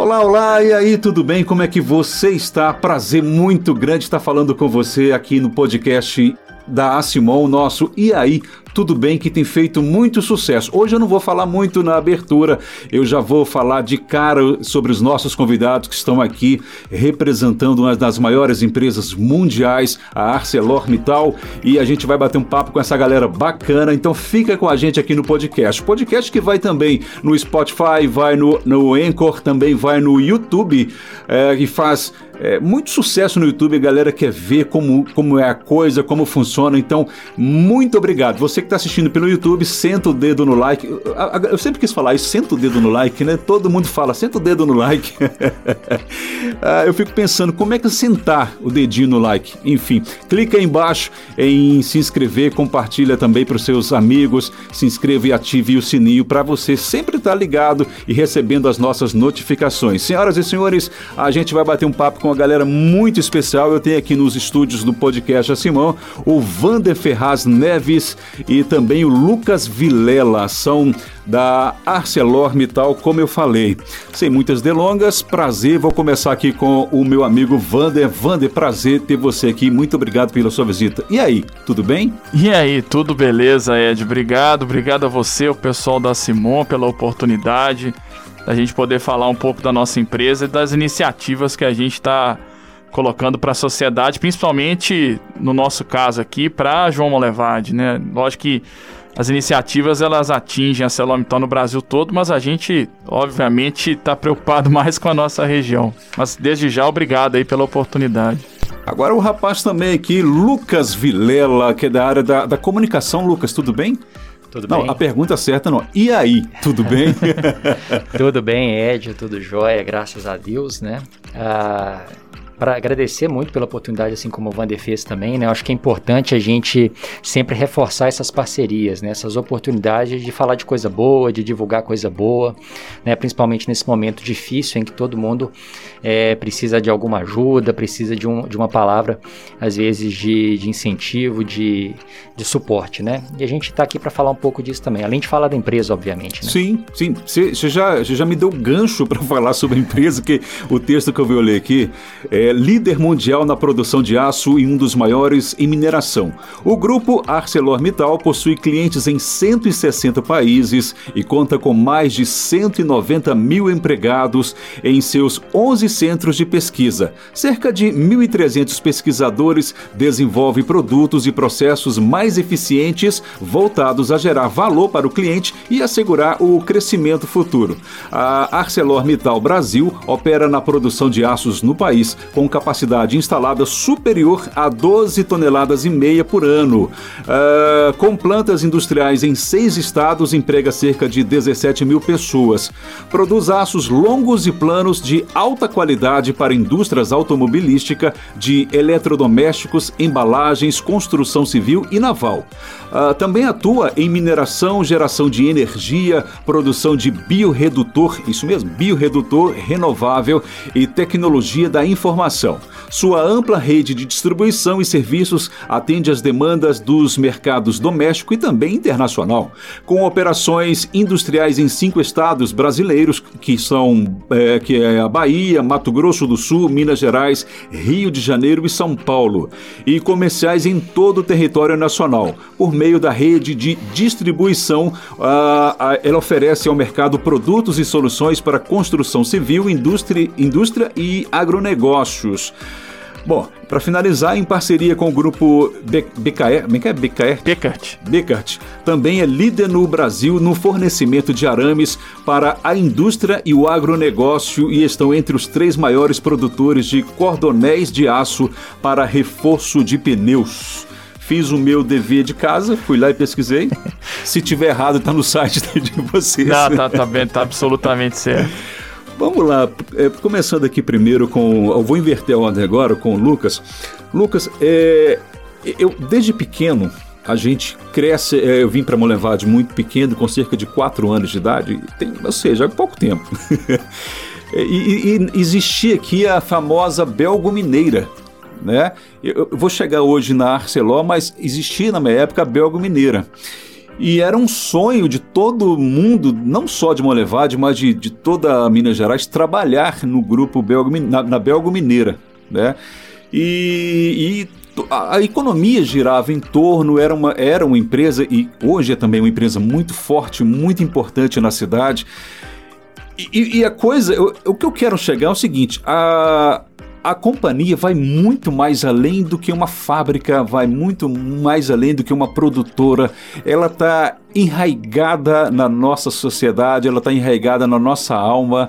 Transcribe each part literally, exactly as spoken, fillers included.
Olá, olá, e aí, tudo bem? Como é que você está? Prazer muito grande estar falando com você aqui no podcast da Acimon, nosso E aí, tudo bem, que tem feito muito sucesso. Hoje eu não vou falar muito na abertura, eu já vou falar de cara sobre os nossos convidados que estão aqui representando uma das maiores empresas mundiais, a ArcelorMittal, e a gente vai bater um papo com essa galera bacana, então fica com a gente aqui no podcast. Podcast que vai também no Spotify, vai no, no Anchor, também vai no YouTube, é, e faz é, muito sucesso no YouTube, a galera quer ver como, como é a coisa, como funciona, então muito obrigado. Você que está assistindo pelo YouTube, senta o dedo no like. Eu, eu, eu sempre quis falar isso, senta o dedo no like, né? Todo mundo fala, senta o dedo no like. ah, eu fico pensando, como é que é sentar o dedinho no like? Enfim, clica aí embaixo em se inscrever, compartilha também para os seus amigos, se inscreva e ative o sininho para você sempre estar ligado e recebendo as nossas notificações. Senhoras e senhores, a gente vai bater um papo com uma galera muito especial. Eu tenho aqui nos estúdios do podcast Acimon o Wander Ferraz Neves e também o Lucas Vilela, são da ArcelorMittal, como eu falei. Sem muitas delongas, prazer, vou começar aqui com o meu amigo Wander. Wander, prazer ter você aqui, muito obrigado pela sua visita. E aí, tudo bem? E aí, tudo beleza, Ed? Obrigado, obrigado a você, o pessoal da Acimon, pela oportunidade da gente poder falar um pouco da nossa empresa e das iniciativas que a gente está colocando para a sociedade, principalmente no nosso caso aqui, para João Monlevade, né? Lógico que as iniciativas elas atingem a ArcelorMittal no Brasil todo, mas a gente, obviamente, está preocupado mais com a nossa região. Mas desde já, obrigado aí pela oportunidade. Agora o rapaz também aqui, Lucas Vilela, que é da área da, da comunicação. Lucas, tudo bem? Tudo não, bem? A pergunta certa não. E aí, tudo bem? Tudo bem, Ed, tudo jóia, graças a Deus, né? Ah, para agradecer muito pela oportunidade, assim como o Wander fez também, né? Eu acho que é importante a gente sempre reforçar essas parcerias, né? Essas oportunidades de falar de coisa boa, de divulgar coisa boa, né? Principalmente nesse momento difícil em que todo mundo é, precisa de alguma ajuda, precisa de, um, de uma palavra, às vezes, de, de incentivo, de, de suporte, né? E a gente está aqui para falar um pouco disso também, além de falar da empresa, obviamente, né? Sim, sim. Você já, já me deu gancho para falar sobre a empresa, que o texto que eu vou ler aqui é líder mundial na produção de aço e um dos maiores em mineração. O grupo ArcelorMittal possui clientes em cento e sessenta países e conta com mais de cento e noventa mil empregados em seus onze centros de pesquisa. Cerca de mil e trezentos pesquisadores desenvolvem produtos e processos mais eficientes voltados a gerar valor para o cliente e assegurar o crescimento futuro. A ArcelorMittal Brasil opera na produção de aços no país, com capacidade instalada superior a doze toneladas e meia por ano. Uh, com plantas industriais em seis estados, emprega cerca de dezessete mil pessoas. Produz aços longos e planos de alta qualidade para indústrias automobilística, de eletrodomésticos, embalagens, construção civil e naval. Uh, também atua em mineração, geração de energia, produção de biorredutor, isso mesmo, biorredutor renovável e tecnologia da informação. Sua ampla rede de distribuição e serviços atende às demandas dos mercados doméstico e também internacional, com operações industriais em cinco estados brasileiros, que são é, que é a Bahia, Mato Grosso do Sul, Minas Gerais, Rio de Janeiro e São Paulo, e comerciais em todo o território nacional. Por meio da rede de distribuição, a, a, ela oferece ao mercado produtos e soluções para construção civil, indústria, indústria e agronegócio. Bom, para finalizar, em parceria com o grupo B K R, como é que é? B K R? Bekaert. Bekaert também é líder no Brasil no fornecimento de arames para a indústria e o agronegócio e estão entre os três maiores produtores de cordonéis de aço para reforço de pneus. Fiz o meu dever de casa, fui lá e pesquisei. Se tiver errado, tá no site de vocês. Não, tá, tá bem, tá absolutamente certo. Vamos lá, é, começando aqui primeiro com... Eu vou inverter a ordem agora com o Lucas. Lucas, é, eu desde pequeno, a gente cresce... É, eu vim para Monlevade muito pequeno, com cerca de quatro anos de idade, tem, ou seja, há pouco tempo. e, e, e existia aqui a famosa Belgo Mineira, né? Eu, eu vou chegar hoje na Arcelor, mas existia na minha época a Belgo Mineira. E era um sonho de todo mundo, não só de Monlevade, mas de, de toda Minas Gerais, trabalhar no grupo Belgo, na, na Belgo Mineira, né? E, e a, a economia girava em torno, era uma, era uma empresa, e hoje é também uma empresa muito forte, muito importante na cidade. E, e a coisa, eu, o que eu quero chegar é o seguinte, a... A companhia vai muito mais além do que uma fábrica, vai muito mais além do que uma produtora. Ela está enraigada na nossa sociedade, ela está enraigada na nossa alma.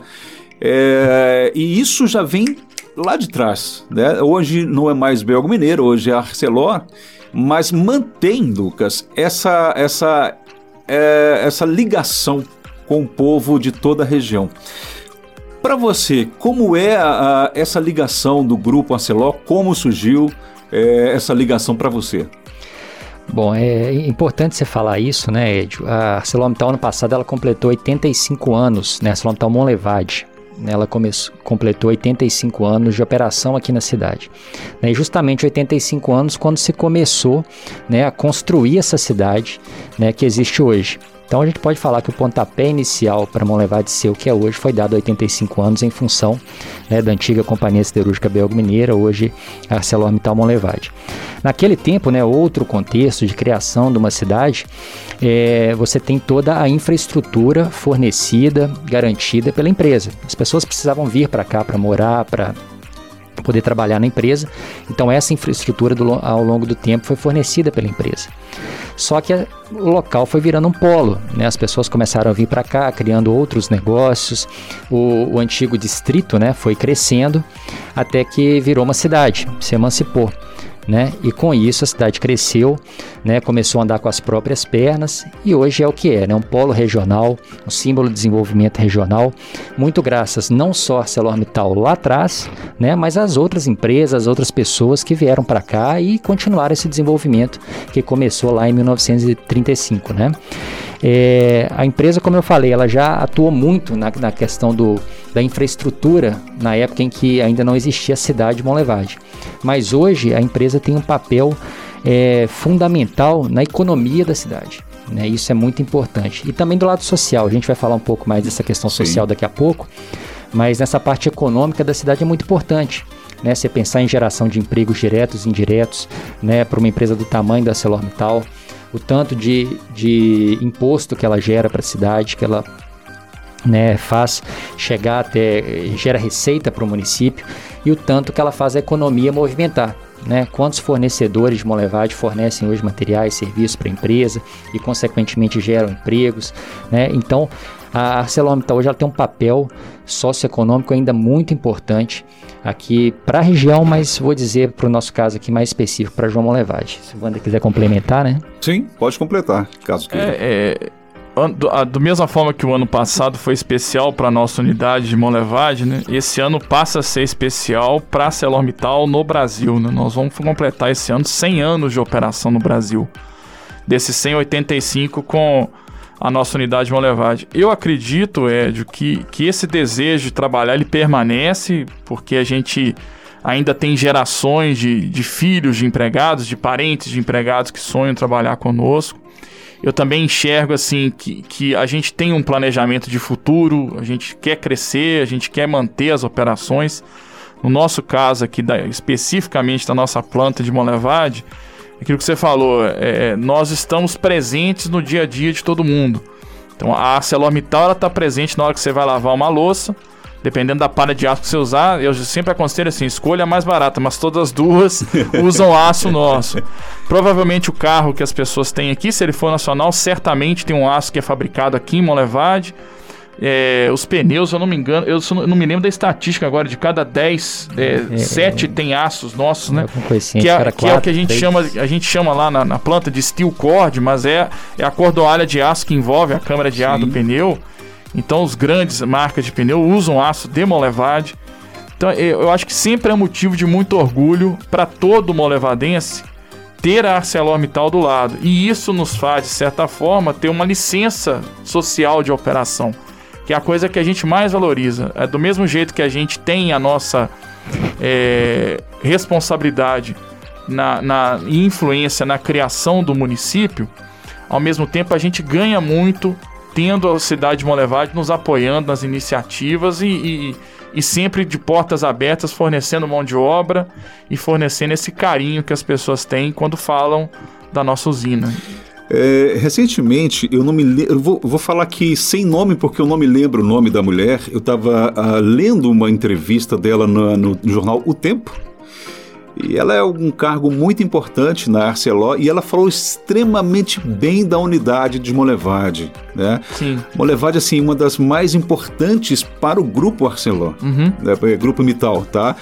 É, e isso já vem lá de trás, né? Hoje não é mais Belgo Mineiro, hoje é Arcelor, mas mantém, Lucas, essa, essa, é, essa ligação com o povo de toda a região. Para você, como é a, a, essa ligação do Grupo Arcelor? Como surgiu é, essa ligação para você? Bom, é importante você falar isso, né, Edio? A ArcelorMittal, ano passado, ela completou oitenta e cinco anos, né, a ArcelorMittal Monlevade. Ela começou, completou oitenta e cinco anos de operação aqui na cidade. E justamente oitenta e cinco anos quando se começou, né, a construir essa cidade, né, que existe hoje. Então a gente pode falar que o pontapé inicial para Monlevade ser o que é hoje foi dado há oitenta e cinco anos em função, né, da antiga Companhia Siderúrgica Belgo Mineira, hoje a ArcelorMittal Monlevade. Naquele tempo, né, outro contexto de criação de uma cidade, é, você tem toda a infraestrutura fornecida, garantida pela empresa. As pessoas precisavam vir para cá para morar, para poder trabalhar na empresa. Então essa infraestrutura do, ao longo do tempo foi fornecida pela empresa. Só que a, o local foi virando um polo, né? As pessoas começaram a vir para cá, criando outros negócios. O, o antigo distrito, né, foi crescendo até que virou uma cidade, se emancipou, né? E com isso a cidade cresceu, né? Começou a andar com as próprias pernas e hoje é o que é, né? Um polo regional, um símbolo de desenvolvimento regional, muito graças não só a ArcelorMittal lá atrás, né? Mas as outras empresas, as outras pessoas que vieram para cá e continuaram esse desenvolvimento que começou lá em mil novecentos e trinta e cinco, né? É, a empresa, como eu falei, ela já atuou muito na, na questão do, da infraestrutura na época em que ainda não existia a cidade de Monlevade. Mas hoje a empresa tem um papel é, fundamental na economia da cidade, né? Isso é muito importante. E também do lado social, a gente vai falar um pouco mais dessa questão social Sim. daqui a pouco, mas nessa parte econômica da cidade é muito importante, né? Você pensar em geração de empregos diretos e indiretos, né, para uma empresa do tamanho da ArcelorMittal, o tanto de, de imposto que ela gera para a cidade, que ela, né, faz chegar até, gera receita para o município, e o tanto que ela faz a economia movimentar, né? Quantos fornecedores de Monlevade fornecem hoje materiais, serviços para a empresa e consequentemente geram empregos, né? Então a ArcelorMittal hoje ela tem um papel socioeconômico ainda muito importante aqui para a região, mas vou dizer para o nosso caso aqui mais específico, para João Monlevade. Se o Wander quiser complementar, né? Sim, pode completar, caso queira. É, é, da mesma forma que o ano passado foi especial para a nossa unidade de Monlevade, né? Esse ano passa a ser especial para a ArcelorMittal no Brasil, né? Nós vamos completar esse ano cem anos de operação no Brasil. Desses cem, oitenta e cinco com a nossa unidade de Monlevade. Eu acredito, Edio, que, que esse desejo de trabalhar ele permanece, porque a gente ainda tem gerações de, de filhos de empregados, de parentes de empregados que sonham trabalhar conosco. Eu também enxergo assim que, que a gente tem um planejamento de futuro, a gente quer crescer, a gente quer manter as operações. No nosso caso aqui, da, especificamente da nossa planta de Monlevade, aquilo que você falou, é, nós estamos presentes no dia a dia de todo mundo. Então a ArcelorMittal está presente na hora que você vai lavar uma louça, dependendo da palha de aço que você usar. Eu sempre aconselho assim, escolha a mais barata, mas todas as duas usam aço nosso. Provavelmente o carro que as pessoas têm aqui, se ele for nacional, certamente tem um aço que é fabricado aqui em Monlevade. É, os pneus, eu não me engano, eu não me lembro da estatística agora, de cada dez, é, é, sete é, tem aços nossos, né? Que é, que é o que a gente chama, a gente chama lá na, na planta de steel cord, mas é, é a cordoalha de aço que envolve a câmara de ar do pneu. Então os grandes marcas de pneu usam aço de Monlevade. Então eu acho que sempre é motivo de muito orgulho para todo monlevadense ter a ArcelorMittal do lado. E isso nos faz, de certa forma, ter uma licença social de operação, que é a coisa que a gente mais valoriza. É do mesmo jeito que a gente tem a nossa é, responsabilidade na, na influência na criação do município, Ao mesmo tempo, a gente ganha muito tendo a cidade de Monlevade nos apoiando nas iniciativas e, e, e sempre de portas abertas, fornecendo mão de obra e fornecendo esse carinho que as pessoas têm quando falam da nossa usina. É, recentemente, eu não me le... eu vou, vou falar aqui sem nome, porque eu não me lembro o nome da mulher. Eu estava uh, lendo uma entrevista dela no, no, no jornal O Tempo, e ela é um cargo muito importante na Arcelor, e ela falou extremamente bem da unidade de Monlevade, né? Sim. Monlevade, assim, uma das mais importantes para o grupo Arcelor, uhum. né? Grupo Mittal, tá?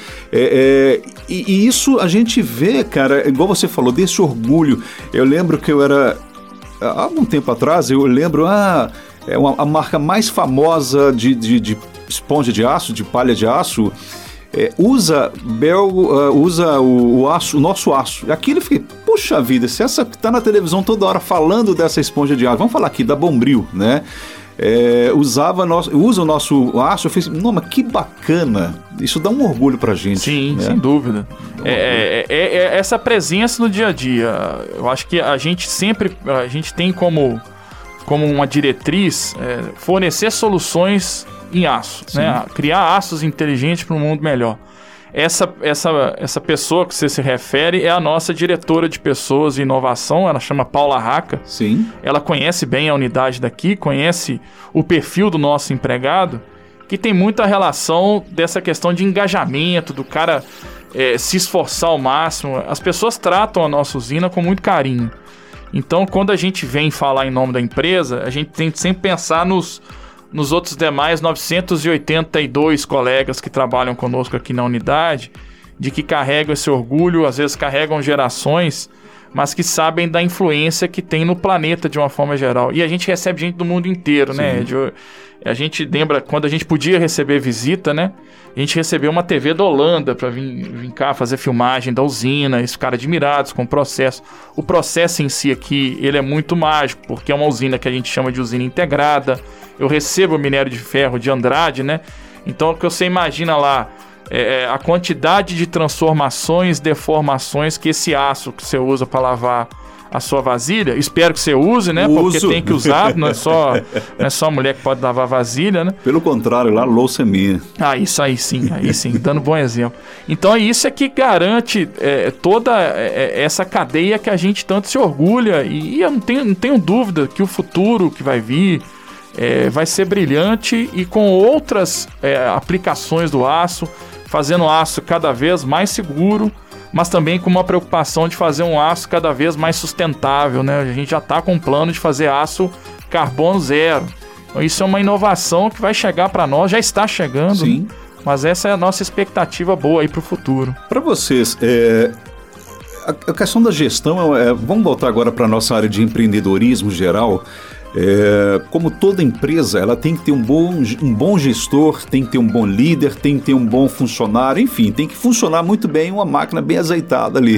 É, é, e, e isso a gente vê, cara, igual você falou, desse orgulho. Eu lembro que eu era... Há algum tempo atrás, eu lembro, ah, é uma, a marca mais famosa de, de, de esponja de aço, de palha de aço, é, usa, Bel, uh, usa o, o, aço, o nosso aço. E aquilo eu fiquei, puxa vida, se essa que está na televisão toda hora falando dessa esponja de aço, vamos falar aqui da Bombril, né? É, usava nosso, usa o nosso aço, eu fiz, não, mas que bacana, isso dá um orgulho pra gente. Sim, né? Sem dúvida. Um é, é, é, é essa presença no dia a dia. Eu acho que a gente sempre, a gente tem como, como uma diretriz é, fornecer soluções em aço, né? Criar aços inteligentes para um mundo melhor. Essa, essa, essa pessoa que você se refere é a nossa diretora de pessoas e inovação, ela chama Paula Raca. Sim. Ela conhece bem a unidade daqui, conhece o perfil do nosso empregado, que tem muita relação dessa questão de engajamento, do cara é, se esforçar ao máximo. As pessoas tratam a nossa usina com muito carinho. Então, quando a gente vem falar em nome da empresa, a gente tem que sempre pensar nos... nos outros demais novecentos e oitenta e dois colegas que trabalham conosco aqui na unidade, de que carregam esse orgulho, às vezes carregam gerações, mas que sabem da influência que tem no planeta de uma forma geral. E a gente recebe gente do mundo inteiro, Sim. né, Ed? A gente lembra quando a gente podia receber visita, né? A gente recebeu uma T V da Holanda para vir, vir cá fazer filmagem da usina, eles ficaram admirados com o processo. O processo em si aqui, ele é muito mágico, porque é uma usina que a gente chama de usina integrada. Eu recebo o minério de ferro de Andrade, né? Então, o que você imagina lá, é a quantidade de transformações, deformações que esse aço que você usa para lavar a sua vasilha, espero que você use, né? Uso. Porque tem que usar, não é só, não é só a mulher que pode lavar vasilha, né? Pelo contrário, lá louça é minha. Ah, isso aí sim, aí sim, dando bom exemplo. Então, isso é que garante é, toda é, essa cadeia que a gente tanto se orgulha, e, e eu não tenho, não tenho dúvida que o futuro que vai vir é, vai ser brilhante e com outras é, aplicações do aço, fazendo o aço cada vez mais seguro, mas também com uma preocupação de fazer um aço cada vez mais sustentável, né? A gente já está com um plano de fazer aço carbono zero. Então, isso é uma inovação que vai chegar para nós, já está chegando. Sim. Né? Mas essa é a nossa expectativa boa aí para o futuro. Para vocês, é, a, a questão da gestão, é, vamos voltar agora para a nossa área de empreendedorismo geral. É, como toda empresa, ela tem que ter um bom, um bom gestor, tem que ter um bom líder, tem que ter um bom funcionário, enfim, tem que funcionar muito bem, uma máquina bem azeitada ali.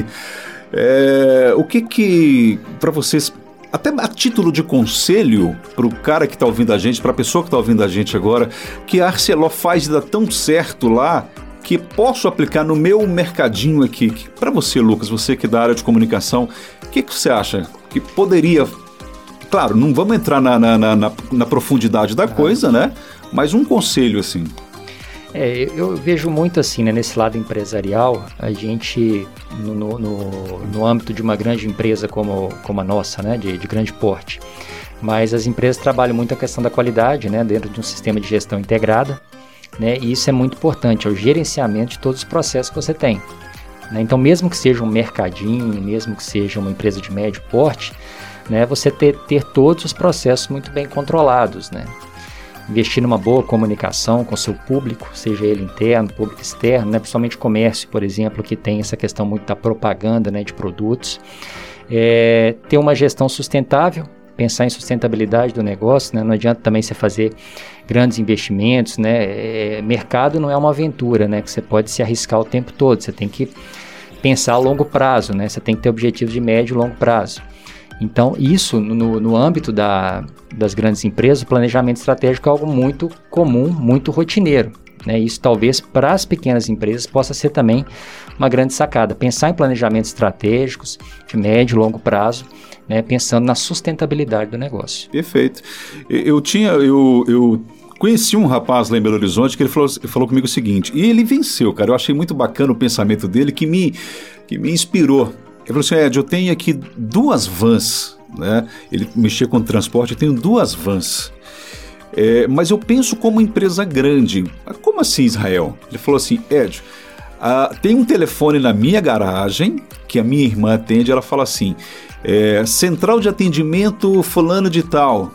É, o que que, para vocês, até a título de conselho, para o cara que está ouvindo a gente, para a pessoa que está ouvindo a gente agora, que a Arcelor faz e dá tão certo lá, que posso aplicar no meu mercadinho aqui. Para você, Lucas, você que é da área de comunicação, o que, que você acha que poderia... Claro, não vamos entrar na, na, na, na profundidade da coisa, né? Mas um conselho, assim. É, eu vejo muito assim, né? Nesse lado empresarial, a gente, no, no, no âmbito de uma grande empresa como, como a nossa, né? De, de grande porte, mas as empresas trabalham muito a questão da qualidade, né? Dentro de um sistema de gestão integrada, né? E isso é muito importante, é o gerenciamento de todos os processos que você tem. Né? Então, mesmo que seja um mercadinho, mesmo que seja uma empresa de médio porte, né, você ter, ter todos os processos muito bem controlados, né? Investir numa boa comunicação com o seu público, seja ele interno, público externo, né? Principalmente comércio, por exemplo, que tem essa questão muito da propaganda, né, de produtos. É, ter uma gestão sustentável, pensar em sustentabilidade do negócio, né? Não adianta também você fazer grandes investimentos, né? É, mercado não é uma aventura, né, que você pode se arriscar o tempo todo, você tem que pensar a longo prazo, né? Você tem que ter objetivos de médio e longo prazo. Então, isso, no, no âmbito da, das grandes empresas, o planejamento estratégico é algo muito comum, muito rotineiro. né? Isso talvez para as pequenas empresas possa ser também uma grande sacada. Pensar em planejamentos estratégicos de médio e longo prazo, né? Pensando na sustentabilidade do negócio. Perfeito. Eu tinha... Eu, eu... Conheci um rapaz lá em Belo Horizonte que ele falou, falou comigo o seguinte, e ele venceu, cara, eu achei muito bacana o pensamento dele, que me, que me inspirou. Ele falou assim, Ed, eu tenho aqui duas vans, né? Ele mexia com transporte, eu tenho duas vans, é, mas eu penso como empresa grande. Como assim, Israel? Ele falou assim, Ed, uh, tem um telefone na minha garagem, que a minha irmã atende, ela fala assim, é, central de atendimento fulano de tal.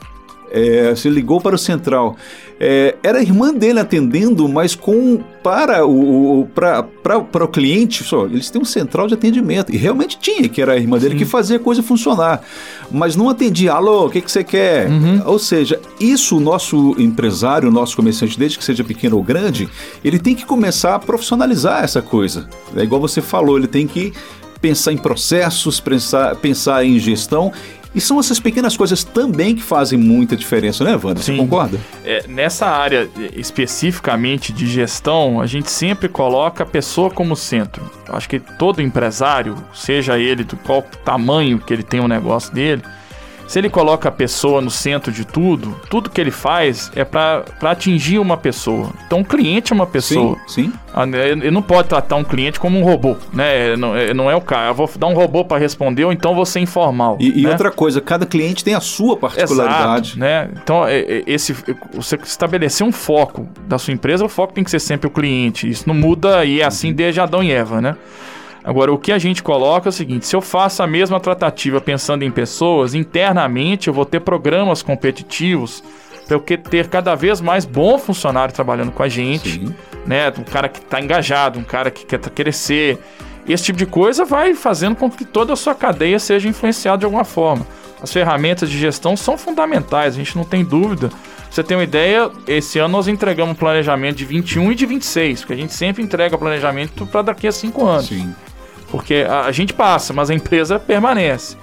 É, se ligou para o central. É, era a irmã dele atendendo, mas com para o, para, para, para o cliente, só, eles têm um central de atendimento. E realmente tinha, que era a irmã dele Sim. que fazia a coisa funcionar. Mas não atendia, alô, o que, que você quer? Uhum. Ou seja, isso o nosso empresário, o nosso comerciante, desde que seja pequeno ou grande, ele tem que começar a profissionalizar essa coisa. É igual você falou, ele tem que pensar em processos, pensar, pensar em gestão. E são essas pequenas coisas também que fazem muita diferença, né, Wander? Você concorda? É, nessa área especificamente de gestão, a gente sempre coloca a pessoa como centro. Acho que todo empresário, seja ele do qual tamanho que ele tem o negócio dele, se ele coloca a pessoa no centro de tudo, tudo que ele faz é para atingir uma pessoa. Então, o cliente é uma pessoa. Sim, sim. Ele não pode tratar um cliente como um robô, né? Não, não é o cara, eu vou dar um robô para responder ou então vou ser informal. E, né? e outra coisa, cada cliente tem a sua particularidade. Exato, né? Então, esse, você estabelecer um foco da sua empresa, o foco tem que ser sempre o cliente. Isso não muda e é assim desde Adão e Eva, né? Agora, o que a gente coloca é o seguinte, se eu faço a mesma tratativa pensando em pessoas, internamente eu vou ter programas competitivos para eu ter cada vez mais bom funcionário trabalhando com a gente, Sim. né? Um cara que está engajado, um cara que quer crescer. Esse tipo de coisa vai fazendo com que toda a sua cadeia seja influenciada de alguma forma. As ferramentas de gestão são fundamentais, a gente não tem dúvida. Pra você ter uma ideia, esse ano nós entregamos um planejamento de vinte e um e de vinte e seis, porque a gente sempre entrega planejamento para daqui a cinco anos. Sim. Porque a, a gente passa, mas a empresa permanece.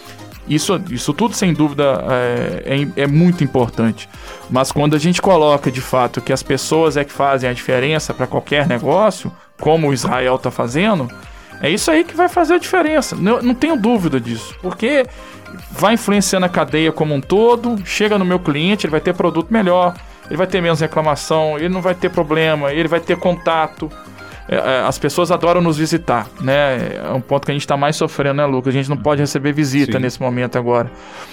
Isso, isso tudo, sem dúvida, é, é, é muito importante. Mas quando a gente coloca, de fato, que as pessoas é que fazem a diferença para qualquer negócio, como o Israel está fazendo, é isso aí que vai fazer a diferença. Não, não tenho dúvida disso. Porque vai influenciando a cadeia como um todo, chega no meu cliente, ele vai ter produto melhor, ele vai ter menos reclamação, ele não vai ter problema, ele vai ter contato. As pessoas adoram nos visitar, né? É um ponto que a gente está mais sofrendo, né, Lucas? A gente não pode receber visita Sim. nesse momento agora.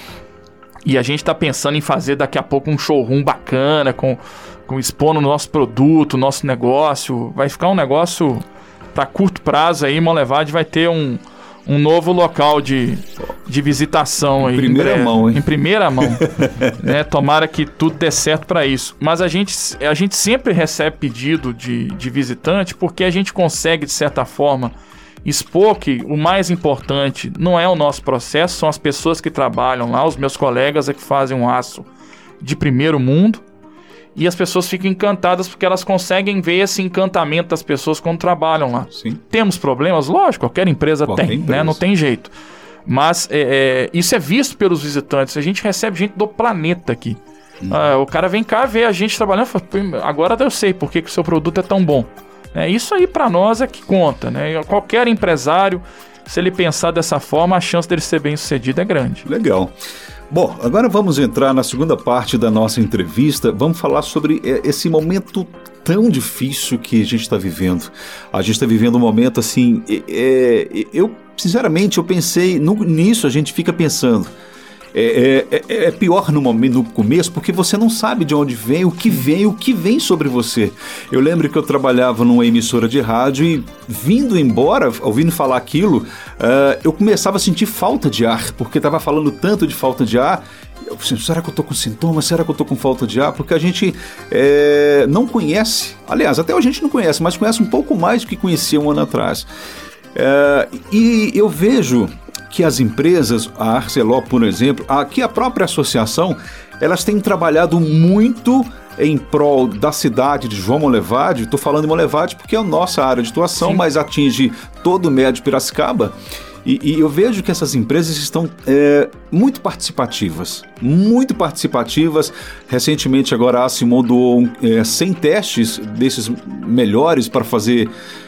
E a gente está pensando em fazer daqui a pouco um showroom bacana, com, com expondo o nosso produto, o nosso negócio. Vai ficar um negócio para curto prazo aí, Monlevade vai ter um, um novo local de, de visitação. Em aí, primeira em mão, hein? Em primeira mão. né? Tomara que tudo dê certo para isso. Mas a gente, a gente sempre recebe pedido de, de visitante porque a gente consegue, de certa forma, expor que o mais importante não é o nosso processo, são as pessoas que trabalham lá, os meus colegas é que fazem um aço de primeiro mundo. E as pessoas ficam encantadas porque elas conseguem ver esse encantamento das pessoas quando trabalham lá. Sim. Temos problemas? Lógico, qualquer empresa qualquer tem, empresa. Né? Não tem jeito. Mas é, é, isso é visto pelos visitantes. A gente recebe gente do planeta aqui. Hum. Ah, o cara vem cá ver a gente trabalhando e fala, agora eu sei por que, que o seu produto é tão bom. É, isso aí para nós é que conta. Né? Qualquer empresário, se ele pensar dessa forma, a chance dele ser bem sucedido é grande. Legal. Bom, agora vamos entrar na segunda parte da nossa entrevista. Vamos falar sobre esse momento tão difícil que a gente está vivendo. A gente está vivendo um momento assim... É, é, eu, sinceramente, eu pensei... No, nisso a gente fica pensando... É, é, é pior no momento, no começo, porque você não sabe de onde vem, o que vem, o que vem sobre você. Eu lembro que eu trabalhava numa emissora de rádio e vindo embora, ouvindo falar aquilo, uh, eu começava a sentir falta de ar, porque estava falando tanto de falta de ar. Eu pensei, será que eu estou com sintomas? Será que eu estou com falta de ar? Porque a gente é, não conhece, aliás, até a gente não conhece, mas conhece um pouco mais do que conhecia um ano atrás. Uh, e eu vejo que as empresas, a Arcelor, por exemplo, aqui a própria associação, elas têm trabalhado muito em prol da cidade de João Monlevade. Estou falando de Monlevade porque é a nossa área de atuação, Sim. mas atinge todo o médio de Piracicaba. E, e eu vejo que essas empresas estão é, muito participativas, muito participativas. Recentemente agora a Simon doou é, cem testes desses melhores para fazer,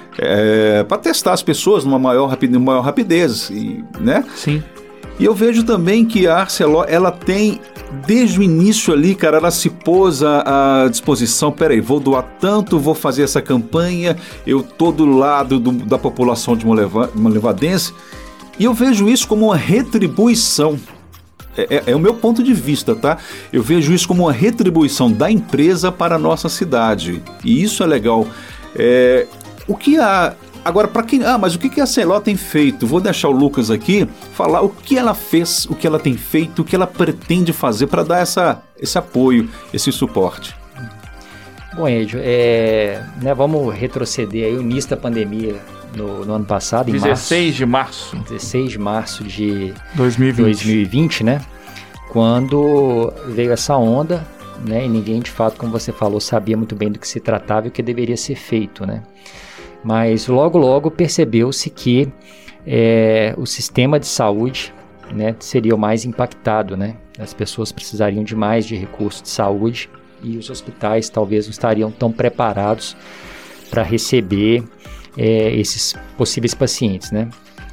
é, para testar as pessoas numa maior rapidez, numa maior rapidez e, né? Sim. E eu vejo também que a Arcelor, ela tem, desde o início ali, cara, ela se pôs à, à disposição, peraí, vou doar tanto, vou fazer essa campanha, eu tô do lado do, da população de Monlevadense, e eu vejo isso como uma retribuição. É, é, é o meu ponto de vista, tá? Eu vejo isso como uma retribuição da empresa para a nossa cidade, e isso é legal. É, o que a... Agora, para quem... Ah, mas o que a Arcelor tem feito? Vou deixar o Lucas aqui falar o que ela fez, o que ela tem feito, o que ela pretende fazer para dar essa, esse apoio, esse suporte. Bom, Edio, é, né, vamos retroceder aí o início da pandemia no, no ano passado, em dezesseis de março. dezesseis de março de dois mil e vinte. dois mil e vinte, né? Quando veio essa onda, né? E ninguém, de fato, como você falou, sabia muito bem do que se tratava e o que deveria ser feito, né? Mas logo, logo percebeu-se que é, o sistema de saúde, né, seria o mais impactado, né? As pessoas precisariam de mais de recursos de saúde e os hospitais talvez não estariam tão preparados para receber é, esses possíveis pacientes, né?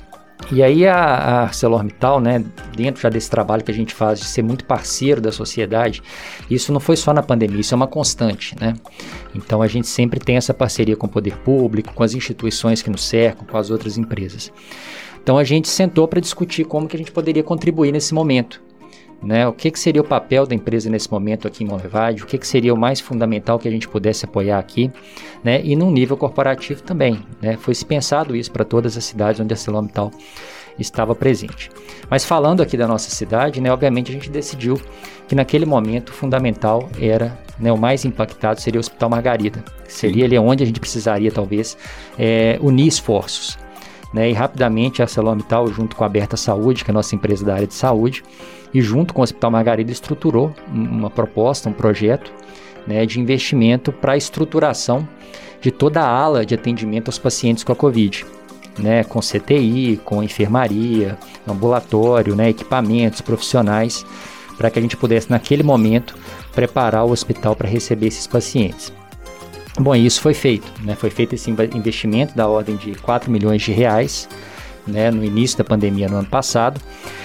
E aí a, a ArcelorMittal, né, dentro já desse trabalho que a gente faz de ser muito parceiro da sociedade, isso não foi só na pandemia, isso é uma constante, né? Então a gente sempre tem essa parceria com o poder público, com as instituições que nos cercam, com as outras empresas. Então a gente sentou para discutir como que a gente poderia contribuir nesse momento, né? O que, que seria o papel da empresa nesse momento aqui em Monlevade, o que, que seria o mais fundamental que a gente pudesse apoiar aqui, né? E num nível corporativo também, né? Foi-se pensado isso para todas as cidades onde a ArcelorMittal estava presente. Mas falando aqui da nossa cidade, né, obviamente a gente decidiu que naquele momento o fundamental era, né, o mais impactado seria o Hospital Margarida, que seria ali onde a gente precisaria talvez é, unir esforços, né? E rapidamente a ArcelorMittal, junto com a Aberta Saúde, que é a nossa empresa da área de saúde, e junto com o Hospital Margarida estruturou uma proposta, um projeto, né, de investimento para a estruturação de toda a ala de atendimento aos pacientes com a Covid, né, com C T I, com enfermaria, ambulatório, né, equipamentos profissionais, para que a gente pudesse naquele momento preparar o hospital para receber esses pacientes. Bom, isso foi feito, né, foi feito esse investimento da ordem de quatro milhões de reais, né, no início da pandemia no ano passado.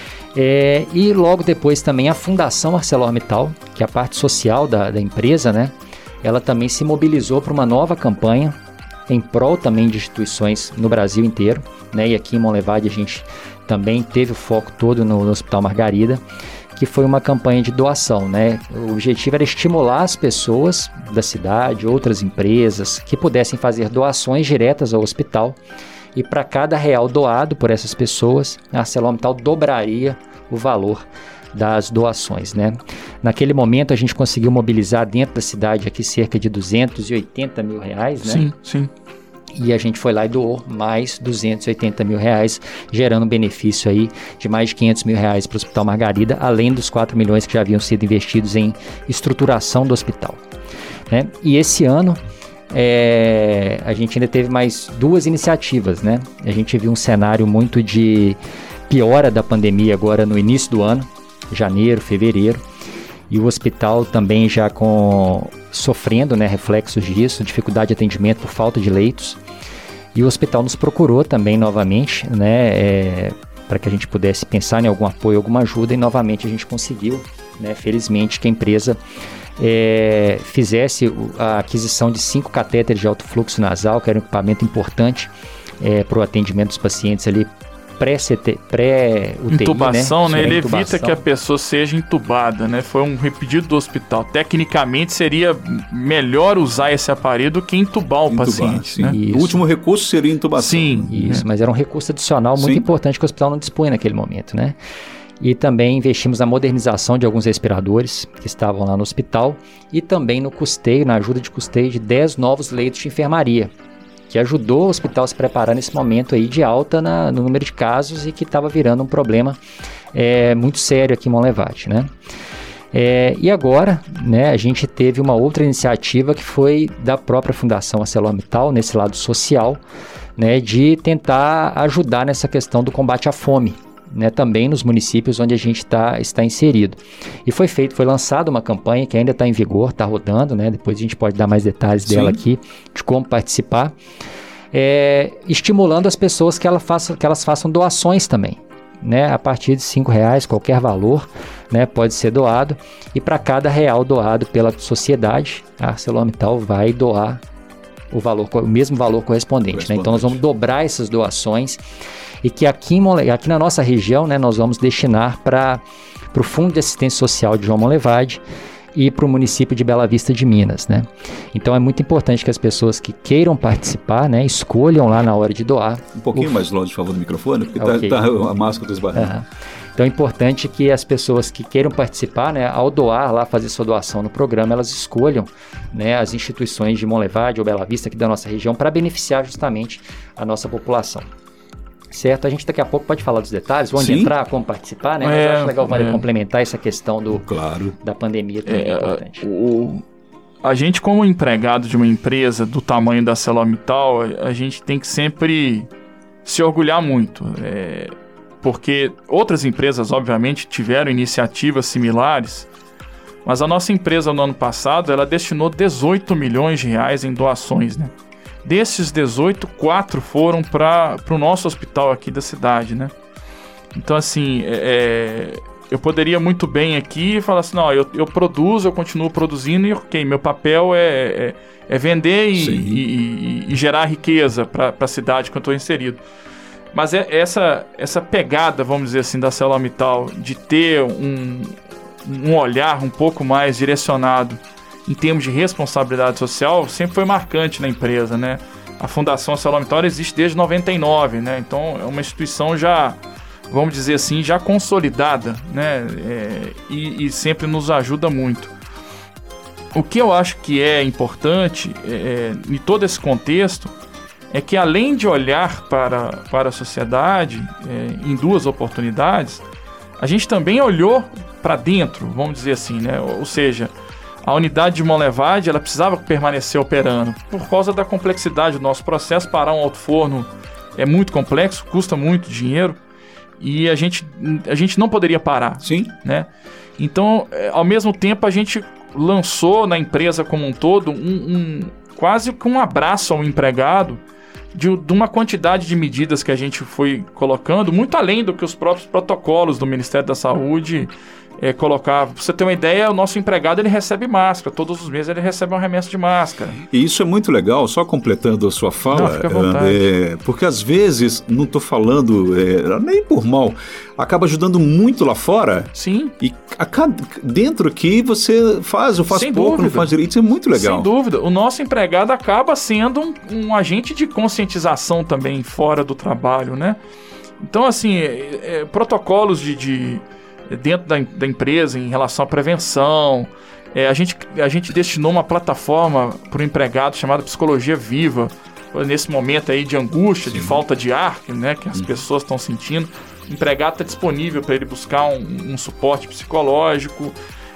É, e logo depois também a Fundação ArcelorMittal, que é a parte social da, da empresa, né, ela também se mobilizou para uma nova campanha em prol também de instituições no Brasil inteiro, né, e aqui em Monlevade a gente também teve o foco todo no, no Hospital Margarida, que foi uma campanha de doação, né? O objetivo era estimular as pessoas da cidade, outras empresas, que pudessem fazer doações diretas ao hospital. E para cada real doado por essas pessoas, a ArcelorMittal dobraria o valor das doações, né? Naquele momento a gente conseguiu mobilizar dentro da cidade aqui cerca de duzentos e oitenta mil reais, né? Sim, sim. E a gente foi lá e doou mais duzentos e oitenta mil reais, gerando um benefício aí de mais de quinhentos mil reais para o Hospital Margarida, além dos quatro milhões que já haviam sido investidos em estruturação do hospital, né? E esse ano É, a gente ainda teve mais duas iniciativas, né? A gente viu um cenário muito de piora da pandemia agora no início do ano, janeiro, fevereiro, e o hospital também já com, sofrendo, né, reflexos disso, dificuldade de atendimento por falta de leitos, e o hospital nos procurou também novamente, né, é, para que a gente pudesse pensar em algum apoio, alguma ajuda, e novamente a gente conseguiu, né, felizmente, que a empresa É, fizesse a aquisição de cinco catéteres de alto fluxo nasal, que era um equipamento importante é, para o atendimento dos pacientes ali pré-U T I, pré intubação, né? né? Ele intubação. evita que a pessoa seja entubada, né? Foi um pedido do hospital. Tecnicamente seria melhor usar esse aparelho do que entubar o Intubar, paciente, né? O último recurso seria intubação. Sim. Isso, é. mas era um recurso adicional muito Sim. importante que o hospital não dispunha naquele momento, né? E também investimos na modernização de alguns respiradores que estavam lá no hospital e também no custeio, na ajuda de custeio de dez novos leitos de enfermaria, que ajudou o hospital a se preparar nesse momento aí de alta na, no número de casos e que estava virando um problema é, muito sério aqui em Monlevade, né? É, e agora, né, a gente teve uma outra iniciativa que foi da própria Fundação ArcelorMittal, nesse lado social, né, de tentar ajudar nessa questão do combate à fome, né, também nos municípios onde a gente tá, está inserido. E foi feito, foi lançada uma campanha que ainda está em vigor, está rodando, né, depois a gente pode dar mais detalhes dela Sim. aqui, de como participar, é, estimulando as pessoas que, ela faça, que elas façam doações também. Né, a partir de cinco reais, qualquer valor, né, pode ser doado, e para cada real doado pela sociedade, a ArcelorMittal vai doar o, valor, o mesmo valor correspondente. correspondente. Né? Então nós vamos dobrar essas doações, e que aqui, em, aqui na nossa região, né, nós vamos destinar para o Fundo de Assistência Social de João Monlevade e para o município de Bela Vista de Minas, né? Então é muito importante que as pessoas que queiram participar, né, escolham lá na hora de doar. Um pouquinho o... mais longe, por favor, do microfone, porque okay. tá, tá a máscara dos barrinhos. Uhum. Então é importante que as pessoas que queiram participar, né, ao doar lá, fazer sua doação no programa, elas escolham, né, as instituições de Monlevade ou Bela Vista aqui da nossa região para beneficiar justamente a nossa população. Certo, a gente daqui a pouco pode falar dos detalhes, onde Sim. entrar, como participar, né? Mas é, eu acho legal é. complementar essa questão do, claro. da pandemia também é, é importante. O, a gente, como empregado de uma empresa do tamanho da ArcelorMittal, a, a gente tem que sempre se orgulhar muito, é, porque outras empresas, obviamente, tiveram iniciativas similares, mas a nossa empresa, no ano passado, ela destinou dezoito milhões de reais em doações, né? Desses dezoito, quatro foram para o nosso hospital aqui da cidade, né? Então, assim, é, eu poderia muito bem aqui falar assim, não, eu, eu produzo, eu continuo produzindo e, ok, meu papel é, é, é vender e, e, e, e gerar riqueza para a cidade que eu estou inserido. Mas é essa, essa pegada, vamos dizer assim, da ArcelorMittal, de ter um, um olhar um pouco mais direcionado em termos de responsabilidade social, sempre foi marcante na empresa, né? A Fundação ArcelorMittal existe desde noventa e nove, né? Então é uma instituição já, vamos dizer assim, já consolidada, né? É, e, e sempre nos ajuda muito. O que eu acho que é importante é, em todo esse contexto é que, além de olhar para, para a sociedade é, em duas oportunidades, a gente também olhou para dentro, vamos dizer assim, né? Ou seja, a unidade de Monlevade, ela precisava permanecer operando. Por causa da complexidade do nosso processo, parar um alto forno é muito complexo, custa muito dinheiro, e a gente, a gente não poderia parar. Sim. Né? Então, ao mesmo tempo, a gente lançou na empresa como um todo um, um, quase que um abraço ao empregado de, de uma quantidade de medidas que a gente foi colocando, muito além do que os próprios protocolos do Ministério da Saúde É, colocar, pra você ter uma ideia, o nosso empregado ele recebe máscara, todos os meses ele recebe um remessa de máscara. E isso é muito legal, só completando a sua fala, não, fica à vontade. É, porque às vezes, não estou falando é, nem por mal, acaba ajudando muito lá fora. Sim. E a, dentro aqui você faz, ou faz Sem pouco, dúvida. Não faz direito, isso é muito legal. Sem dúvida, o nosso empregado acaba sendo um, um agente de conscientização também fora do trabalho, né? Então, assim, é, é, protocolos de... de dentro da, da empresa em relação à prevenção. É, a, gente, a gente destinou uma plataforma para o empregado chamada Psicologia Viva, nesse momento aí de angústia, Sim. de falta de ar, né, que as Sim. pessoas estão sentindo. O empregado está disponível para ele buscar um, um suporte psicológico.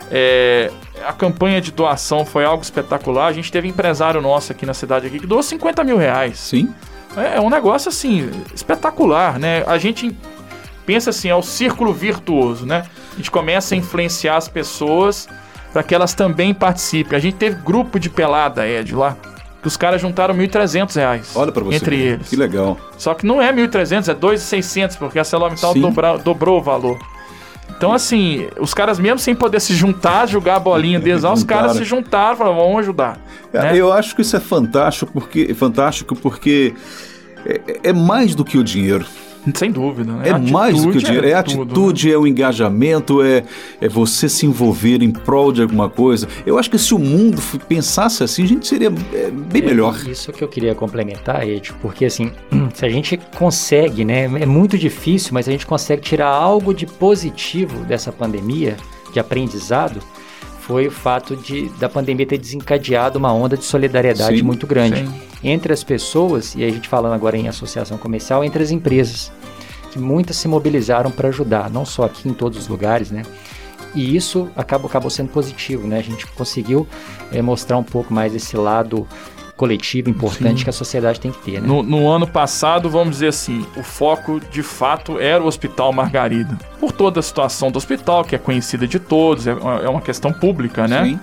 É, a campanha de doação foi algo espetacular. A gente teve um empresário nosso aqui na cidade aqui que doou cinquenta mil reais. Sim. É, é um negócio assim, espetacular, né? A gente... pensa assim, é o círculo virtuoso, né? A gente começa a influenciar as pessoas para que elas também participem. A gente teve grupo de pelada, Ed, lá, que os caras juntaram mil e trezentos reais. Olha para você. Entre ver. eles. Que legal. Só que não é mil e trezentos, é dois mil e seiscentos, porque a ArcelorMittal dobra, dobrou o valor. Então, assim, os caras mesmo sem poder se juntar, jogar a bolinha deles lá, os caras se juntaram e falaram, vamos ajudar. É, né? Eu acho que isso é fantástico porque, fantástico porque é, é mais do que o dinheiro. Sem dúvida. Né? É atitude, mais do que o dinheiro. É, é atitude, né? É o engajamento, é, é você se envolver em prol de alguma coisa. Eu acho que se o mundo pensasse assim, a gente seria é, bem é, melhor. Isso que eu queria complementar, Ed, porque assim, se a gente consegue, né? É muito difícil, mas a gente consegue tirar algo de positivo dessa pandemia, de aprendizado, foi o fato de, da pandemia ter desencadeado uma onda de solidariedade sim, muito grande. Sim. Entre as pessoas, e a gente falando agora em associação comercial, entre as empresas, que muitas se mobilizaram para ajudar, não só aqui em todos os lugares, né? E isso acabou, acabou sendo positivo, né? A gente conseguiu é, mostrar um pouco mais esse lado coletivo importante Sim. que a sociedade tem que ter, né? No, no ano passado, vamos dizer assim, o foco de fato era o Hospital Margarida. Por toda a situação do hospital, que é conhecida de todos, é uma, é uma questão pública, né? Sim.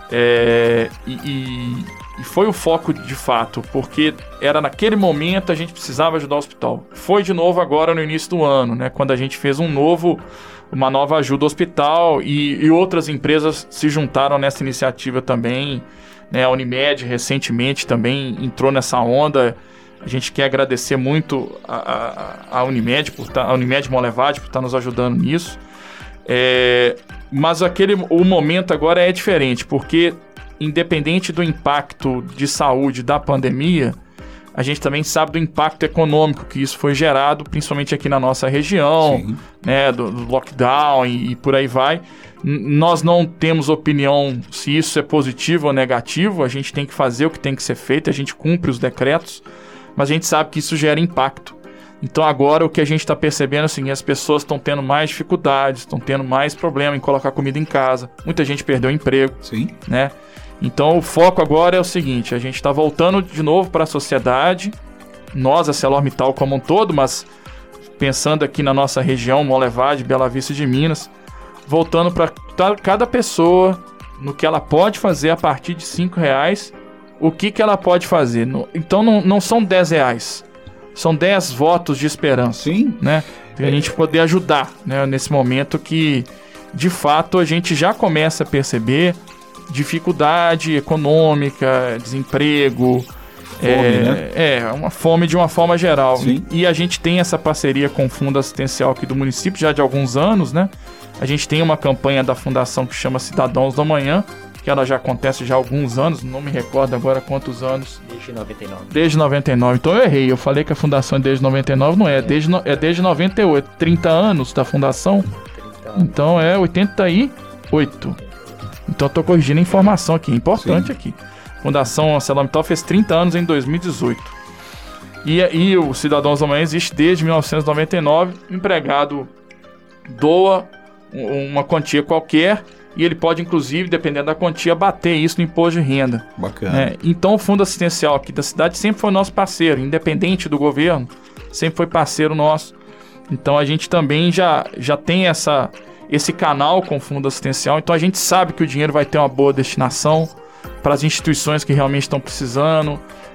É, e, e, e foi o foco de fato, porque era naquele momento a gente precisava ajudar o hospital. Foi de novo agora no início do ano, né? Quando a gente fez um novo, uma nova ajuda ao hospital e, e outras empresas se juntaram nessa iniciativa também. Né, a Unimed recentemente também entrou nessa onda. A gente quer agradecer muito a, a, a Unimed, por tá, a Unimed Monlevade por estar nos ajudando nisso. É, mas aquele, o momento agora é diferente, porque independente do impacto de saúde da pandemia, a gente também sabe do impacto econômico que isso foi gerado, principalmente aqui na nossa região, né, do, do lockdown e, e por aí vai. Nós não temos opinião se isso é positivo ou negativo, a gente tem que fazer o que tem que ser feito, a gente cumpre os decretos, mas a gente sabe que isso gera impacto. Então agora o que a gente está percebendo é assim, as pessoas estão tendo mais dificuldades, estão tendo mais problema em colocar comida em casa, muita gente perdeu o emprego, Sim. né? Então o foco agora é o seguinte, a gente está voltando de novo para a sociedade, nós, a ArcelorMittal como um todo, mas pensando aqui na nossa região, Monlevade, Bela Vista de Minas, voltando para cada pessoa, no que ela pode fazer a partir de cinco reais, o que, que ela pode fazer. Então não, não são dez reais, são dez votos de esperança. Sim. Né? Pra a gente poder ajudar, né? Nesse momento que, de fato, a gente já começa a perceber dificuldade econômica, desemprego, fome, é, né? é, uma fome de uma forma geral. Sim. E a gente tem essa parceria com o Fundo Assistencial aqui do município já de alguns anos, né? A gente tem uma campanha da fundação que chama Cidadãos do Amanhã, que ela já acontece já há alguns anos, não me recordo agora quantos anos. Desde noventa e nove. Desde noventa e nove. Então eu errei, eu falei que a fundação é desde noventa e nove, não é, é. Desde, é desde noventa e oito. trinta anos da fundação, então é oitenta e oito. Então eu tô corrigindo a informação aqui, importante Sim. aqui. Fundação ArcelorMittal fez trinta anos em dois mil e dezoito. E, e o Cidadãos do Amanhã existe desde mil novecentos e noventa e nove. O empregado doa uma quantia qualquer e ele pode, inclusive, dependendo da quantia, bater isso no imposto de renda. Bacana. É, então o Fundo Assistencial aqui da cidade sempre foi nosso parceiro, independente do governo, sempre foi parceiro nosso. Então a gente também já, já tem essa, esse canal com o Fundo Assistencial, então a gente sabe que o dinheiro vai ter uma boa destinação para as instituições que realmente estão precisando,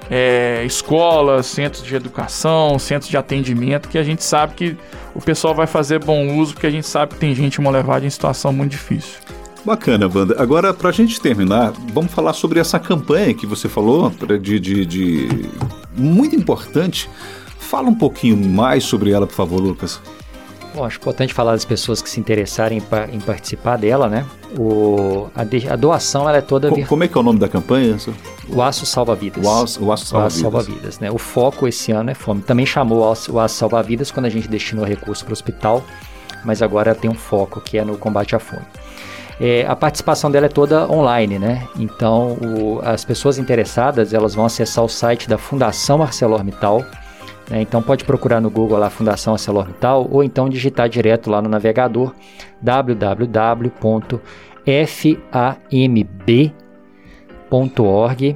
é, escolas, centros de educação, centros de atendimento, que a gente sabe que o pessoal vai fazer bom uso, porque a gente sabe que tem gente Monlevade em situação muito difícil. Bacana, Wanda. Agora, para a gente terminar, vamos falar sobre essa campanha que você falou, de, de, de... muito importante. Fala um pouquinho mais sobre ela, por favor, Lucas. Bom, acho importante falar das pessoas que se interessarem em, em participar dela, né? O, a, de, a doação ela é toda... Co- como é que é o nome da campanha? O Aço Salva Vidas. O Aço, o Aço Salva Vidas. Salva Vidas, né? O foco esse ano é fome. Também chamou o Aço, o Aço Salva Vidas quando a gente destinou recurso para o hospital, mas agora tem um foco que é no combate à fome. É, a participação dela é toda online, né? Então, o, as pessoas interessadas, elas vão acessar o site da Fundação ArcelorMittal. Né? Então, pode procurar no Google lá Fundação ArcelorMittal ou então digitar direto lá no navegador w w w ponto f a m b ponto org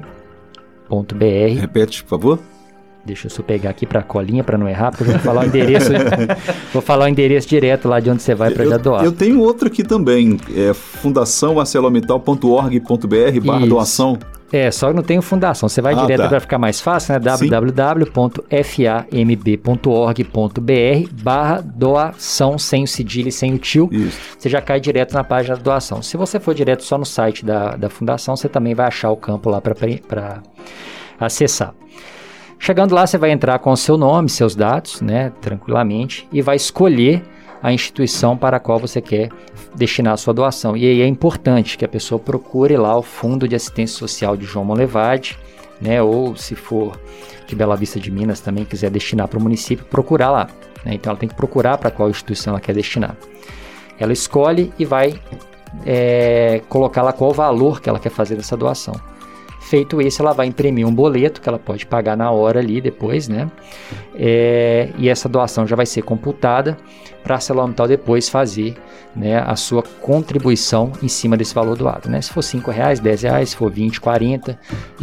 ponto b r. Repete, por favor. Deixa eu só pegar aqui para a colinha para não errar, porque eu vou falar o endereço. Vou falar o endereço direto lá de onde você vai para já doar. Eu tenho outro aqui também, é fundação arcelormittal ponto org ponto b r barra doação. É, só que não tem fundação. Você vai ah, direto tá. para ficar mais fácil, né? w w w ponto f a m b ponto org ponto b r barra doação, sem o cedilha e sem o tio. Isso. Você já cai direto na página da doação. Se você for direto só no site da, da fundação, você também vai achar o campo lá para acessar. Chegando lá, você vai entrar com o seu nome, seus dados, né, tranquilamente, e vai escolher a instituição para a qual você quer destinar a sua doação. E aí é importante que a pessoa procure lá o Fundo de Assistência Social de João Monlevade, né, ou se for de Bela Vista de Minas também quiser destinar para o município, procurar lá. Né, então ela tem que procurar para qual instituição ela quer destinar. Ela escolhe e vai é, colocar lá qual o valor que ela quer fazer dessa doação. Feito isso, ela vai imprimir um boleto que ela pode pagar na hora ali depois, né? É, e essa doação já vai ser computada para a ArcelorMittal depois fazer, né, a sua contribuição em cima desse valor doado, né? Se for cinco reais, dez reais, se for vinte, quarenta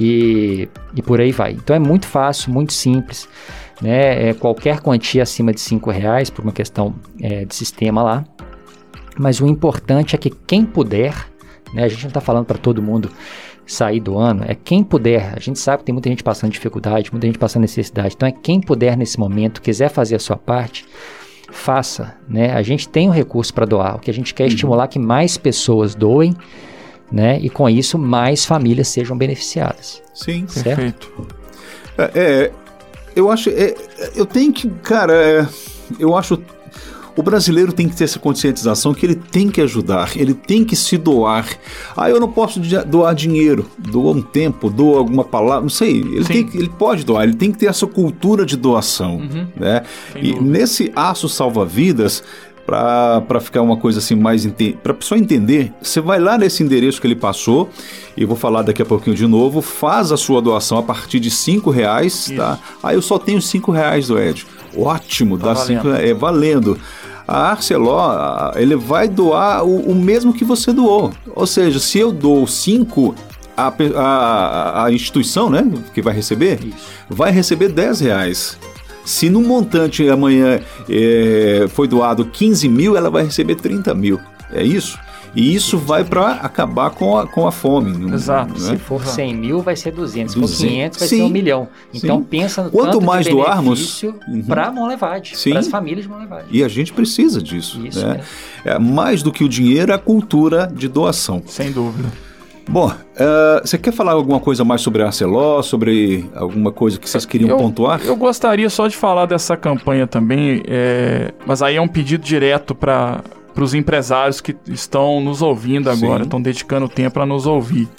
e, e por aí vai. Então é muito fácil, muito simples, né? É, qualquer quantia acima de cinco reais, por uma questão é, de sistema lá. Mas o importante é que quem puder, né, a gente não está falando para todo mundo sair do ano, é quem puder. A gente sabe que tem muita gente passando dificuldade, muita gente passando necessidade, então é quem puder nesse momento, quiser fazer a sua parte, faça, né? A gente tem um recurso para doar, o que a gente quer é estimular que mais pessoas doem, né? E com isso mais famílias sejam beneficiadas. Sim, certo? Perfeito. É, é, eu acho, é, eu tenho que, cara, é, eu acho o brasileiro tem que ter essa conscientização que ele tem que ajudar, ele tem que se doar. Ah, eu não posso doar dinheiro, doa um tempo, doa alguma palavra, não sei. Ele, tem, ele pode doar, ele tem que ter essa cultura de doação. Uhum. Né? E nesse aço salva-vidas, para ficar uma coisa assim mais... Para a pessoa entender, você vai lá nesse endereço que ele passou, e eu vou falar daqui a pouquinho de novo, faz a sua doação a partir de cinco reais, tá? Ah, eu só tenho cinco reais do Ed. Ótimo, tá dá cinco, é valendo. A Arcelor, ele vai doar o, o mesmo que você doou. Ou seja, se eu dou cinco, a, a, a instituição, né, que vai receber, Isso. vai receber dez reais. Se no montante amanhã é, foi doado quinze mil, ela vai receber trinta mil. É isso? E isso vai para acabar com a, com a fome. Exato. Né? Se for cem mil, vai ser duzentos. Se duzentos. for quinhentos, vai Sim. ser um milhão. Então Sim. pensa no Quanto tanto mais de doarmos uhum. para Monlevade, para as famílias de Monlevade. E a gente precisa disso. Isso, né? É, mais do que o dinheiro, é a cultura de doação. Sem dúvida. Bom, uh, você quer falar alguma coisa mais sobre a Arcelor, sobre alguma coisa que vocês queriam eu, pontuar? Eu gostaria só de falar dessa campanha também, é, mas aí é um pedido direto para os empresários que estão nos ouvindo agora, Sim. estão dedicando tempo para nos ouvir.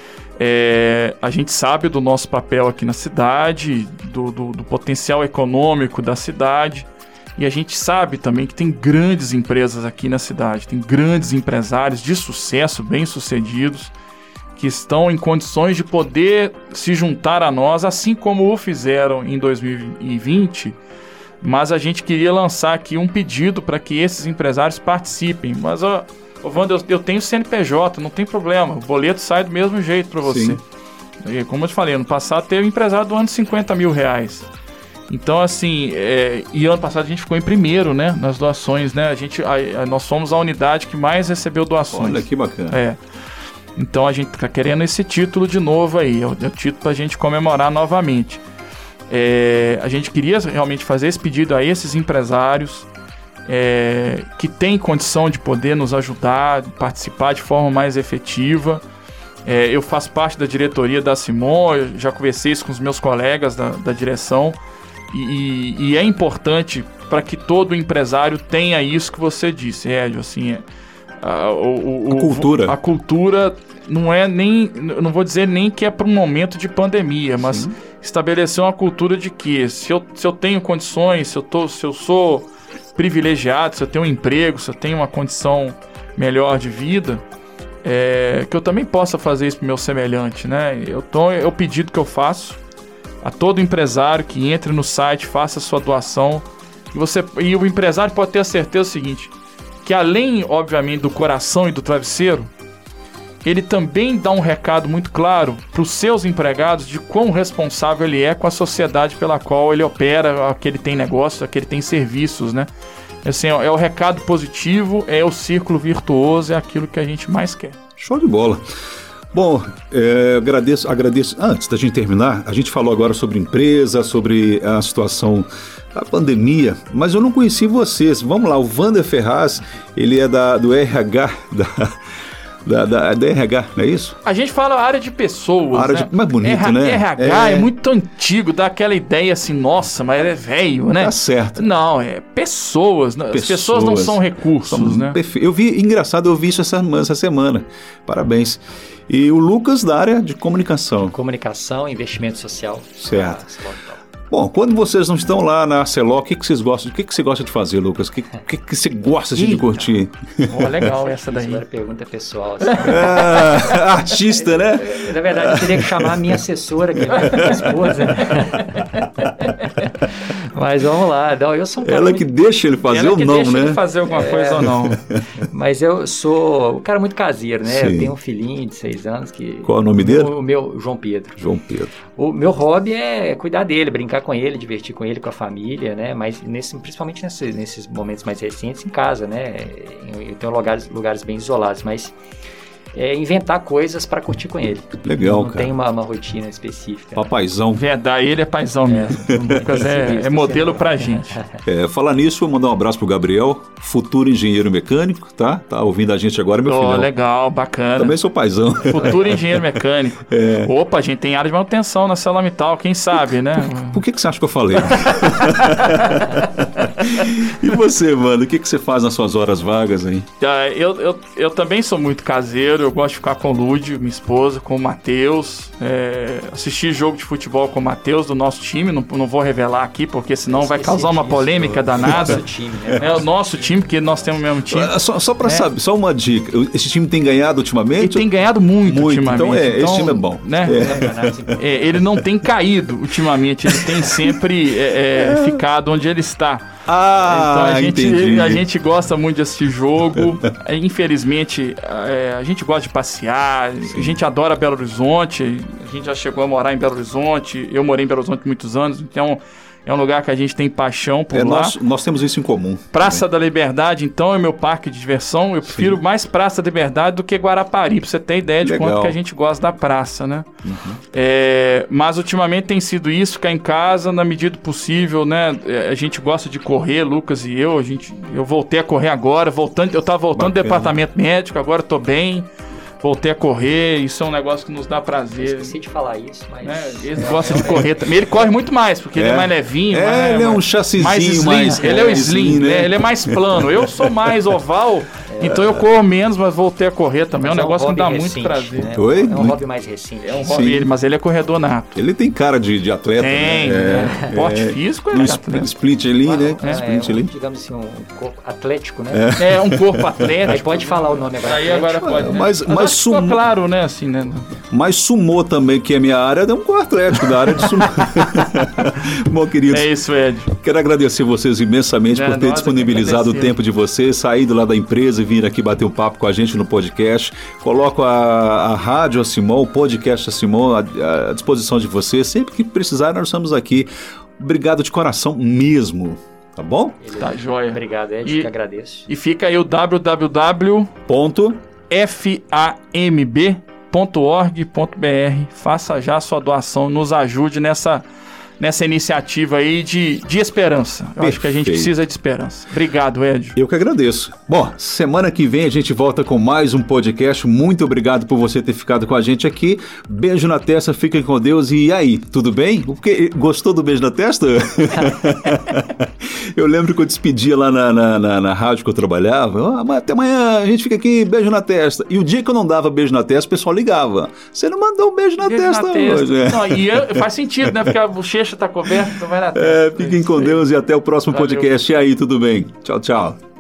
É, a gente sabe do nosso papel aqui na cidade, do, do, do potencial econômico da cidade, e a gente sabe também que tem grandes empresas aqui na cidade, tem grandes empresários de sucesso, bem-sucedidos, que estão em condições de poder se juntar a nós, assim como o fizeram em dois mil e vinte, mas a gente queria lançar aqui um pedido para que esses empresários participem. Mas, ó, ô, Wander, eu, eu tenho C N P J, não tem problema, o boleto sai do mesmo jeito para você. E, como eu te falei, ano passado teve um empresário doando cinquenta mil reais. Então, assim, é, e ano passado a gente ficou em primeiro, né, nas doações, né, a gente, a, a, nós somos a unidade que mais recebeu doações. Olha que bacana. É. Então a gente está querendo esse título de novo aí, é o, é o título para a gente comemorar novamente. É, a gente queria realmente fazer esse pedido a esses empresários é, que têm condição de poder nos ajudar, de participar de forma mais efetiva. É, eu faço parte da diretoria da Simon, eu já conversei isso com os meus colegas da, da direção, e, e, e é importante para que todo empresário tenha isso que você disse, Edio, assim, é, A, o, o, a cultura. A cultura não é nem, não vou dizer nem que é para um momento de pandemia, mas Sim. estabelecer uma cultura de que se eu, se eu tenho condições, se eu, tô, se eu sou privilegiado, se eu tenho um emprego, se eu tenho uma condição melhor de vida, é, que eu também possa fazer isso para o meu semelhante, né? Eu tô, é o pedido que eu faço a todo empresário que entre no site, faça a sua doação, e, você, e o empresário pode ter a certeza do seguinte, que além, obviamente, do coração e do travesseiro, ele também dá um recado muito claro para os seus empregados de quão responsável ele é com a sociedade pela qual ele opera, a que ele tem negócio, a que ele tem serviços, né? Assim, é o recado positivo, é o círculo virtuoso, é aquilo que a gente mais quer. Show de bola. Bom, é, agradeço, agradeço. Antes da gente terminar, a gente falou agora sobre empresa, sobre a situação da pandemia, mas eu não conheci vocês. Vamos lá, o Wander Ferraz, ele é da, do R H, da, da, da, da R H, não é isso? A gente fala área de pessoas, área né? De, mais bonito, R- né? R H é... é muito antigo, dá aquela ideia assim, nossa, mas é velho, né? Tá certo. Não, é pessoas, pessoas. As pessoas não são recursos, são né? Perfe... Eu vi, engraçado, eu vi isso essa, essa semana. Parabéns. E o Lucas da área de comunicação. Comunicação e investimento social. Certo. Bom, quando vocês não estão lá na Arcelor, o que, que vocês gostam? O que, que você gosta de fazer, Lucas? O que, que, que você gosta de curtir? Oh, legal essa daí. Agora pergunta pessoal. Assim. Ah, artista, né? Na verdade, eu teria que chamar a minha assessora, que é minha esposa. Mas vamos lá. Não, eu sou um cara Ela muito... que deixa ele fazer Ela ou que não, deixa né? ele fazer alguma coisa É. ou não. Mas eu sou um cara muito caseiro, né? Sim. Eu tenho um filhinho de seis anos que... Qual é o nome dele? O meu, João Pedro. João Pedro. O meu hobby é cuidar dele, brincar com ele, divertir com ele, com a família, né? Mas nesse, principalmente nesse, nesses momentos mais recentes em casa, né? Eu, eu tenho lugares, lugares bem isolados, mas é inventar coisas para curtir com ele. Legal, Não cara. tem uma, uma rotina específica. Papaizão. Verdade, ele é paizão mesmo. O Lucas é, é modelo pra gente. É, falar nisso, vou mandar um abraço pro Gabriel, futuro engenheiro mecânico, tá? Tá ouvindo a gente agora, meu Oh, filho. legal, bacana. Também sou paizão. Futuro engenheiro mecânico. É. Opa, a gente tem área de manutenção na Celamital, quem sabe, né? Por que, que você acha que eu falei? E você, mano? O que, que você faz nas suas horas vagas aí? Ah, Eu, eu, eu também sou muito caseiro, eu gosto de ficar com o Lúdio, minha esposa, com o Matheus, é, assistir jogo de futebol com o Matheus do nosso time, não, não vou revelar aqui, porque senão vai causar uma polêmica danada. Nosso time, né? É o nosso time, porque nós temos o mesmo time. Ah, Só, só pra É. saber, só uma dica. Esse time tem ganhado Ele ultimamente? tem ganhado muito, Muito, ultimamente. então é, esse time é bom. Né? É. É, ele não tem caído ultimamente, ele tem sempre é, é, ficado onde ele está. Ah, Então a gente, entendi. a gente gosta muito de assistir jogo. É, infelizmente, é, a gente gosta de passear. A gente adora Belo Horizonte. A gente já chegou a morar em Belo Horizonte. Eu morei em Belo Horizonte muitos anos. Então é um lugar que a gente tem paixão por É, lá. nós, nós temos isso em comum. Praça da Liberdade, então, é meu parque de diversão. Eu prefiro mais Praça da Liberdade do que Guarapari, pra você ter ideia de Legal. quanto que a gente gosta da praça, né? É, mas ultimamente tem sido isso, ficar em casa na medida do possível, né? É, a gente gosta de correr, Lucas e eu. A gente, eu voltei a correr agora, voltando, eu tava voltando do Bacana. departamento médico, agora eu tô bem. Voltei a correr, isso é um negócio que nos dá prazer. Esqueci de falar isso, mas... Né? Ele gosta de correr também. Ele corre muito mais, porque ele é mais levinho. É, mais, ele é um mais- chassizinho mais slim. mais- Ele é o é, slim, slim, né? né? Ele é mais plano. Eu sou mais oval, então eu corro menos, mas voltei a correr também. É um Mas negócio que me dá hobby muito recente, prazer. né? Oi? É um Muito- hobby mais recente. É um Sim. hobby, ele, mas ele é corredor nato. Ele tem cara de, de atleta, Tem, né? né? Porte físico é No atleta. split ali, né? É, Split é um, ali. digamos assim, um corpo atlético, né? É um corpo Aí atlético. pode falar o nome agora. Aí agora pode. né? Mas- mas acho que ficou sumo- claro, né? Assim, né? Mas sumô também, que é minha área, é um corpo atlético da área de sumô. Bom, queridos, É isso, Ed. quero agradecer vocês imensamente É, por ter nós é que disponibilizado o agradecemos. tempo de vocês, saído lá da empresa e vir aqui bater um papo com a gente no podcast. Coloco a, a rádio a Simão, o podcast a Simão à, à disposição de vocês. Sempre que precisar, nós estamos aqui. Obrigado de coração mesmo, tá bom? Tá joia. Obrigado, Ed, E- que agradeço. E fica aí o w w w Ponto. ponto famb ponto org ponto b r. Faça já a sua doação, nos ajude nessa, nessa iniciativa aí de, de esperança. Eu acho que a gente Perfeito. precisa de esperança. Obrigado, Ed. Eu que agradeço. Bom, semana que vem a gente volta com mais um podcast. Muito obrigado por você ter ficado com a gente aqui. Beijo na testa, fiquem com Deus. E aí, tudo bem? Porque, gostou do beijo na testa? Eu lembro que eu despedia lá na, na, na, na rádio que eu trabalhava. Ah, mas até amanhã, a gente fica aqui, beijo na testa. E o dia que eu não dava beijo na testa, o pessoal ligava. Você não mandou um beijo na Beijo testa na testa. hoje. É. Não, e eu- faz sentido, né? Porque a bochecha tá coberta, então vai na testa. É, fiquem com Deus e até o próximo Valeu. podcast. E aí, tudo bem? Tchau, tchau.